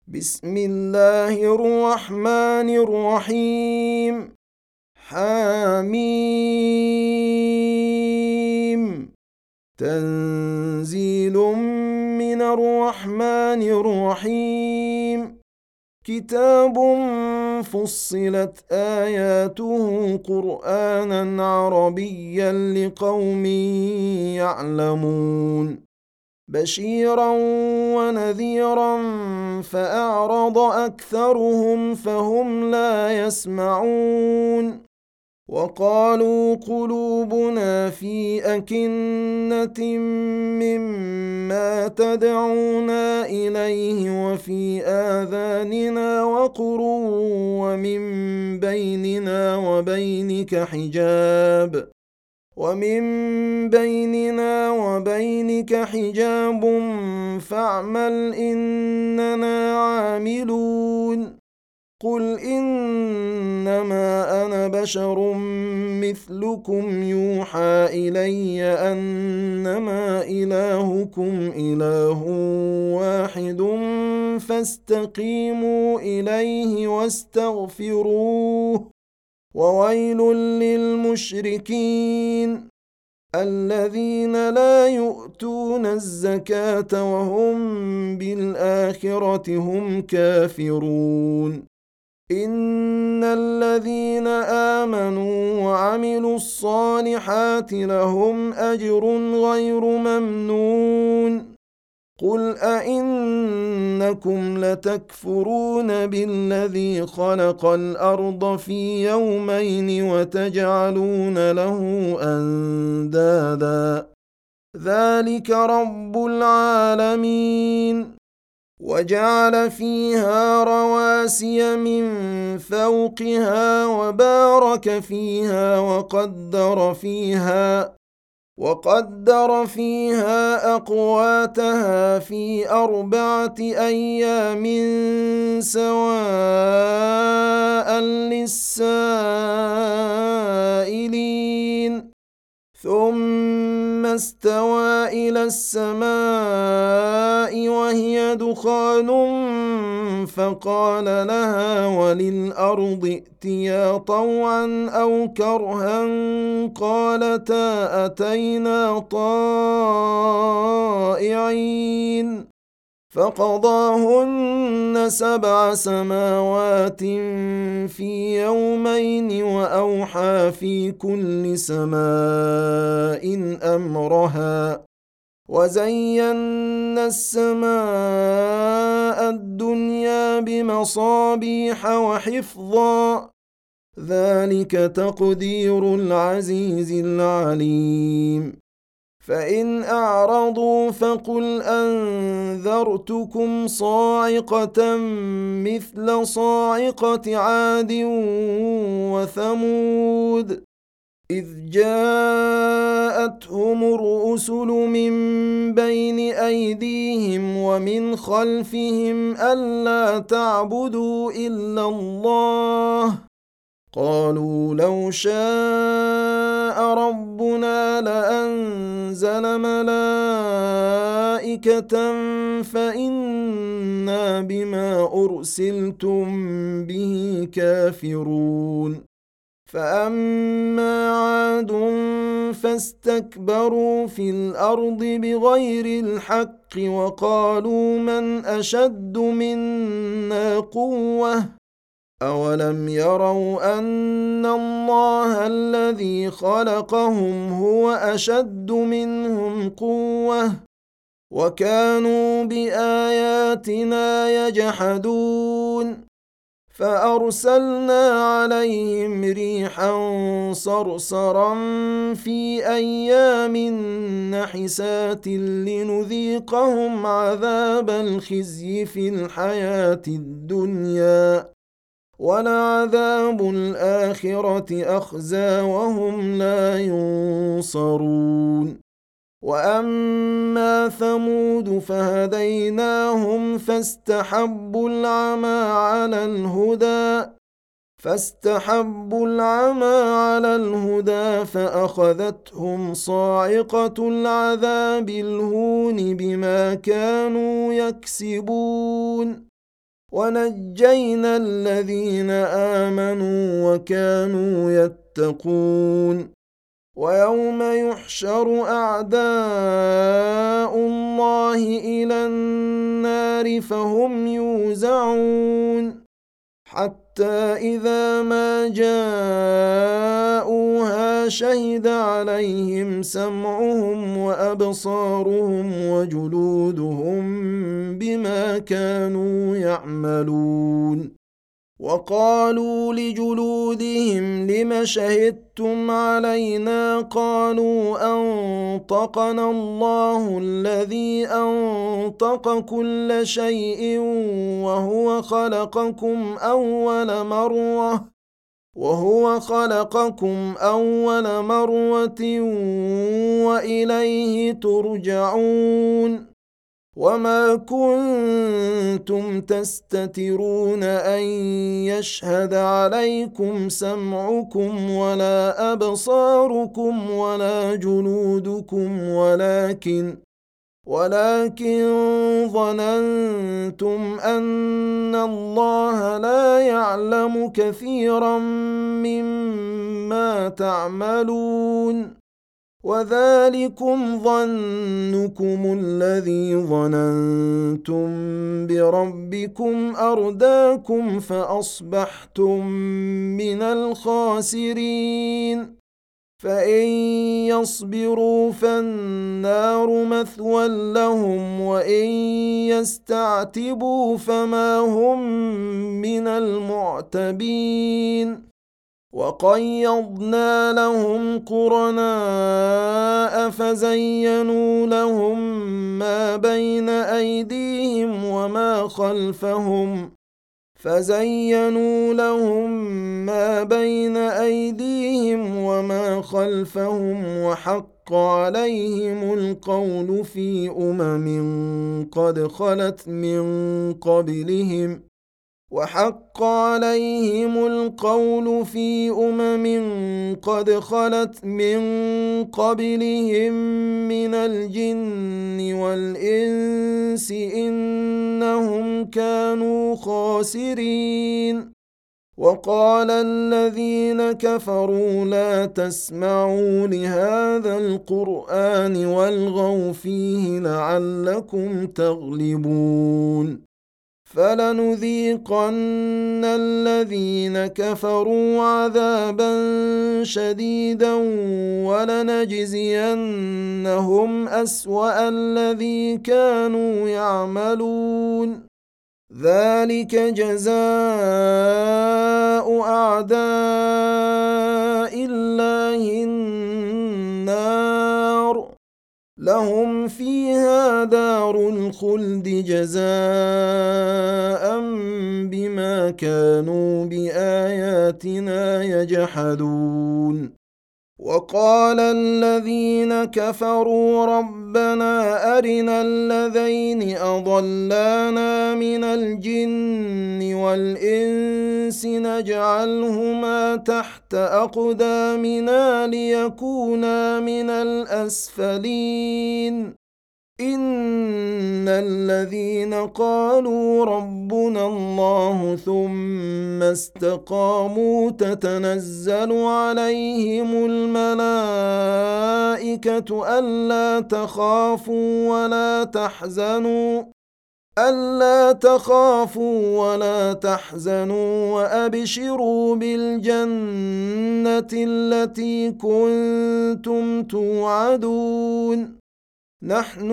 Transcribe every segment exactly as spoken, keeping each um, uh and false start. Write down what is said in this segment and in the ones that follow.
بسم الله الرحمن الرحيم. حميم. تنزيل من الرحمن الرحيم. كتاب فصلت آياته قرآنا عربيا لقوم يعلمون بشيرا ونذيرا فأعرض أكثرهم فهم لا يسمعون وقالوا قلوبنا في أكنة مما تدعونا إليه وفي آذاننا وقر ومن بيننا وبينك حجاب ومن بيننا وبينك حجاب فاعمل إننا عاملون قل إنما أنا بشر مثلكم يوحى إلي أنما إلهكم إله واحد فاستقيموا إليه واستغفروه وويل للمشركين الذين لا يؤتون الزكاة وهم بالآخرة هم كافرون إن الذين آمنوا وعملوا الصالحات لهم أجر غير ممنون قل أئنكم لتكفرون بالذي خلق الأرض في يومين وتجعلون له أندادا ذلك رب العالمين وجعل فيها رواسي من فوقها وبارك فيها وقدر فيها وقدر فيها أقواتها في أربعة أيام سواء للسائلين ثم استوى إلى السماء وهي دخان فقال لها وللأرض ائتيا طوعا أو كرها قالتا أتينا طائعين فقضاهن سبع سماوات في يومين وأوحى في كل سماء أمرها وزينا السماء الدنيا بمصابيح وحفظا ذلك تقدير العزيز العليم فإن أعرضوا فقل أنذرتكم صاعقة مثل صاعقة عاد وثمود إذ جاءتهم الرسل من بين أيديهم ومن خلفهم ألا تعبدوا إلا الله قالوا لو شاء ربنا لأنزل ملائكة فإنا بما أرسلتم به كافرون فأما عاد فاستكبروا في الأرض بغير الحق وقالوا من أشد منا قوة أولم يروا أن الله الذي خلقهم هو أشد منهم قوة وكانوا بآياتنا يجحدون فأرسلنا عليهم ريحا صرصرا في أيام نحسات لنذيقهم عذاب الخزي في الحياة الدنيا ولعذاب الآخرة أخزى وهم لا ينصرون وأما ثمود فهديناهم فاستحبوا العمى على الهدى فاستحبوا العمى على الهدى فأخذتهم صاعقة العذاب الهون بما كانوا يكسبون ونجينا الذين آمنوا وكانوا يتقون ويوم يحشر أعداء الله إلى النار فهم يوزعون حتى إذا ما جاءوها شهد عليهم سمعهم وأبصارهم وجلودهم بما كانوا يعملون وقالوا لجلودهم لم شهدتم علينا قالوا أنطقنا الله الذي أنطق كل شيء وهو خلقكم أول مرة وهو خلقكم أول مرة وإليه ترجعون وما كنتم تستترون أن يشهد عليكم سمعكم ولا أبصاركم ولا جلودكم ولكن ولكن ظننتم أن الله لا يعلم كثيرا مما تعملون وذلكم ظنكم الذي ظننتم بربكم أرداكم فأصبحتم من الخاسرين فإن يصبروا فالنار مثوى لهم وإن يستعتبوا فما هم من المعتبين وقيضنا لهم قرناء فزينوا لهم ما بين أيديهم وما خلفهم فزينوا لهم ما بين أيديهم وما خلفهم وحق عليهم القول في أمم قد خلت من قبلهم وحق عليهم القول في أمم قد خلت من قبلهم من الجن والإنس إنهم كانوا خاسرين وقال الذين كفروا لا تسمعوا لهذا القرآن والغوا فيه لعلكم تغلبون فلنذيقن الذين كفروا عذابا شديدا ولنجزينهم أسوأ الذي كانوا يعملون ذلك جزاء أعداء الله النار لهم فيها دار الخلد جزاء بما كانوا بآياتنا يجحدون وقال الذين كفروا ربنا أرنا الذين أضلانا من الجن والإنس نجعلهما تحت أقدامنا ليكونا من الأسفلين إن الذين قالوا ربنا الله ثم استقاموا تتنزل عليهم الملائكة ألا تخافوا ولا تحزنوا ألا تخافوا ولا تحزنوا وأبشروا بالجنة التي كنتم توعدون نحن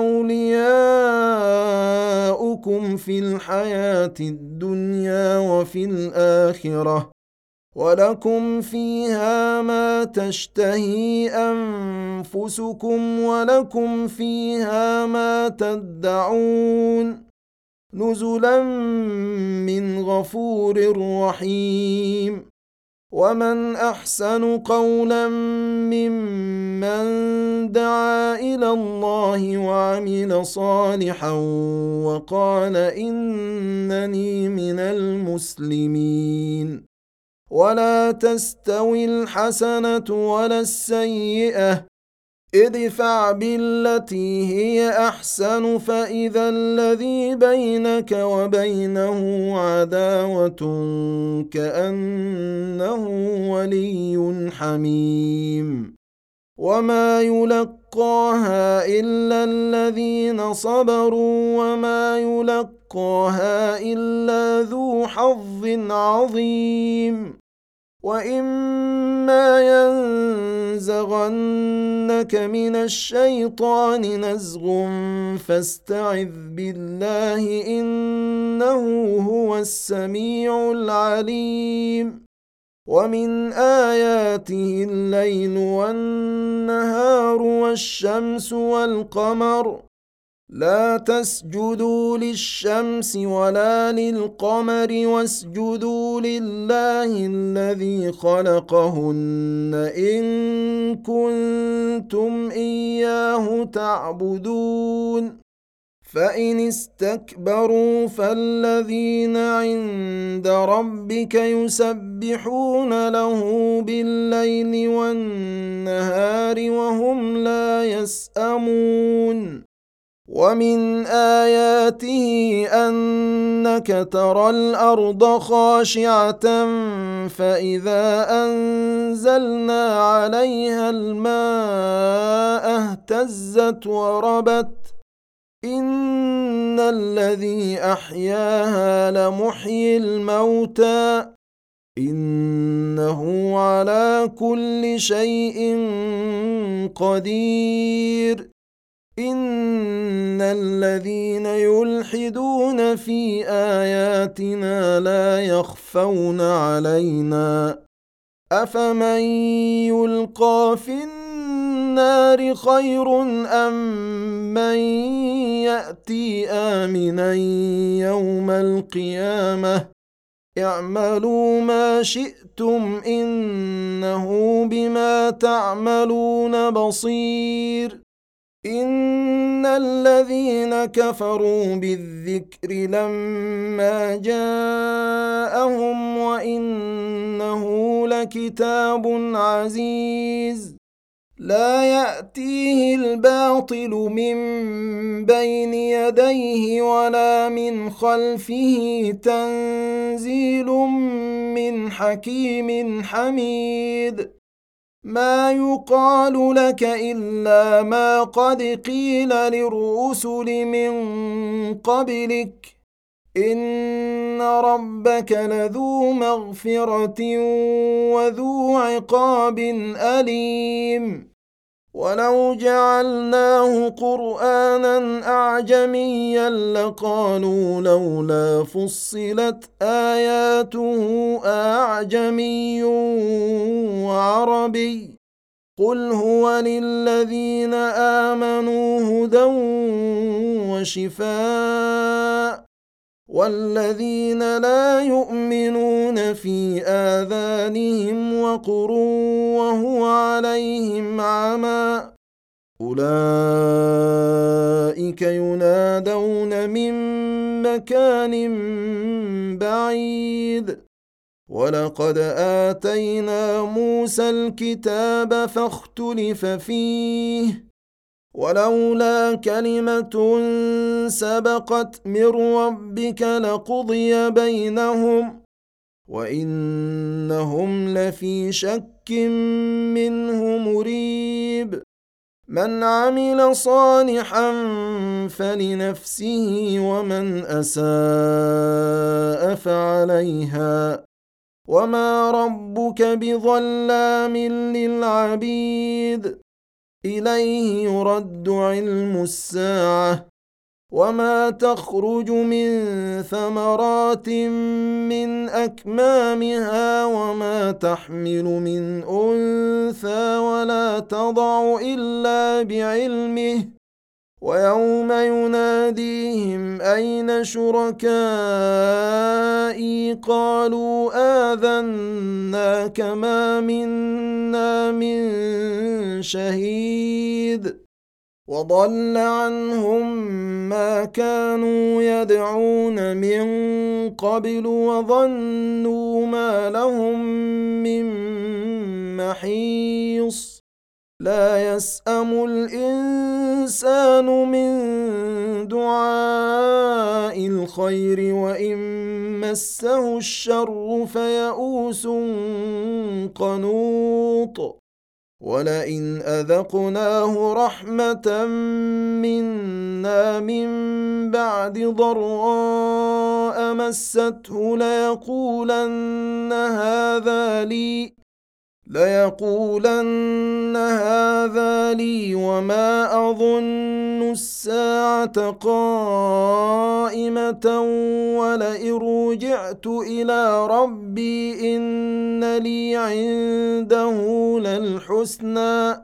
أولياؤكم في الحياة الدنيا وفي الآخرة ولكم فيها ما تشتهي أنفسكم ولكم فيها ما تدعون نزلا من غفور رحيم ومن أحسن قولا ممن دعا إلى الله وعمل صالحا وقال إنني من المسلمين ولا تستوي الحسنة ولا السيئة ادفع بالتي هي أحسن فإذا الذي بينك وبينه عداوة كأنه ولي حميم وما يلقاها إلا الذين صبروا وما يلقاها إلا ذو حظ عظيم وإما ينزغنك من الشيطان نزغ فاستعذ بالله إنه هو السميع العليم ومن آياته الليل والنهار والشمس والقمر لا تسجدوا للشمس ولا للقمر واسجدوا لله الذي خلقهن إن كنتم إياه تعبدون فإن استكبروا فالذين عند ربك يسبحون له بالليل والنهار وهم لا يسأمون ومن آياته أنك ترى الأرض خاشعة فإذا أنزلنا عليها الماء اهتزت وربت إن الذي أحياها لمحيي الموتى إنه على كل شيء قدير إن الذين يلحدون في آياتنا لا يخفون علينا أفمن يلقى في النار خير أم من يأتي آمنا يوم القيامة اعملوا ما شئتم إنه بما تعملون بصير إن الذين كفروا بالذكر لما جاءهم وإنه لكتاب عزيز لا يأتيه الباطل من بين يديه ولا من خلفه تنزيل من حكيم حميد ما يقال لك إلا ما قد قيل للرسل من قبلك إن ربك لذو مغفرة وذو عقاب أليم ولو جعلناه قرآنا أعجميا لقالوا لولا فصلت آياته أعجمي وعربي قل هو للذين آمنوا هدى وشفاء والذين لا يؤمنون في آذانهم وقر وهو عليهم عمى أولئك ينادون من مكان بعيد ولقد آتينا موسى الكتاب فاختلف فيه ولولا كلمة سبقت من ربك لقضي بينهم وإنهم لفي شك منه مريب من عمل صالحا فلنفسه ومن أساء فعليها وما ربك بظلام للعبيد إليه يرد علم الساعة وما تخرج من ثمرات من أكمامها وما تحمل من أنثى ولا تضع إلا بعلمه ويوم يناديهم أين شركائي قالوا آذناك ما منا من شهيد وضل عنهم ما كانوا يدعون من قبل وظنوا ما لهم من محيص لا يسأم الإنسان من دعاء الخير وإن مسه الشر فيئوس قنوط ولئن أذقناه رحمة منا من بعد ضراء مسته ليقولن هذا لي ليقولن هذا لي وما أظن الساعة قائمة ولئن رجعت إلى ربي إن لي عنده للحسنى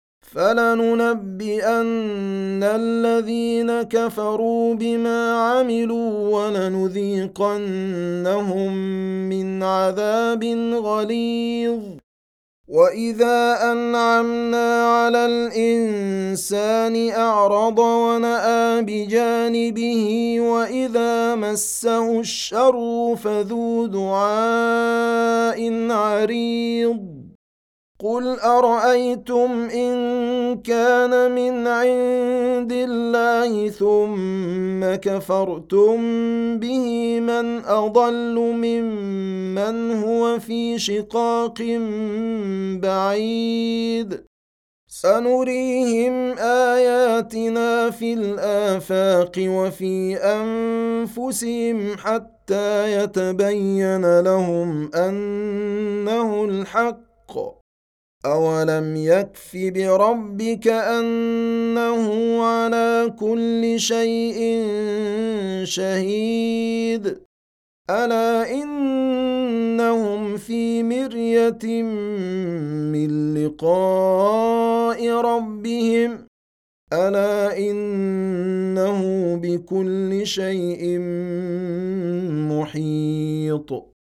فلننبئن الذين كفروا بما عملوا ولنذيقنهم من عذاب غليظ وإذا أنعمنا على الإنسان أعرض ونأى بجانبه وإذا مسه الشر فذو دعاء عريض قل أرأيتم إن كان من عند الله ثم كفرتم به من أضل ممن هو في شقاق بعيد سنريهم آياتنا في الآفاق وفي أنفسهم حتى يتبين لهم أنه الحق أولم يكف بربك أنه على كل شيء شهيد ألا إنهم في مرية من لقاء ربهم ألا إنه بكل شيء محيط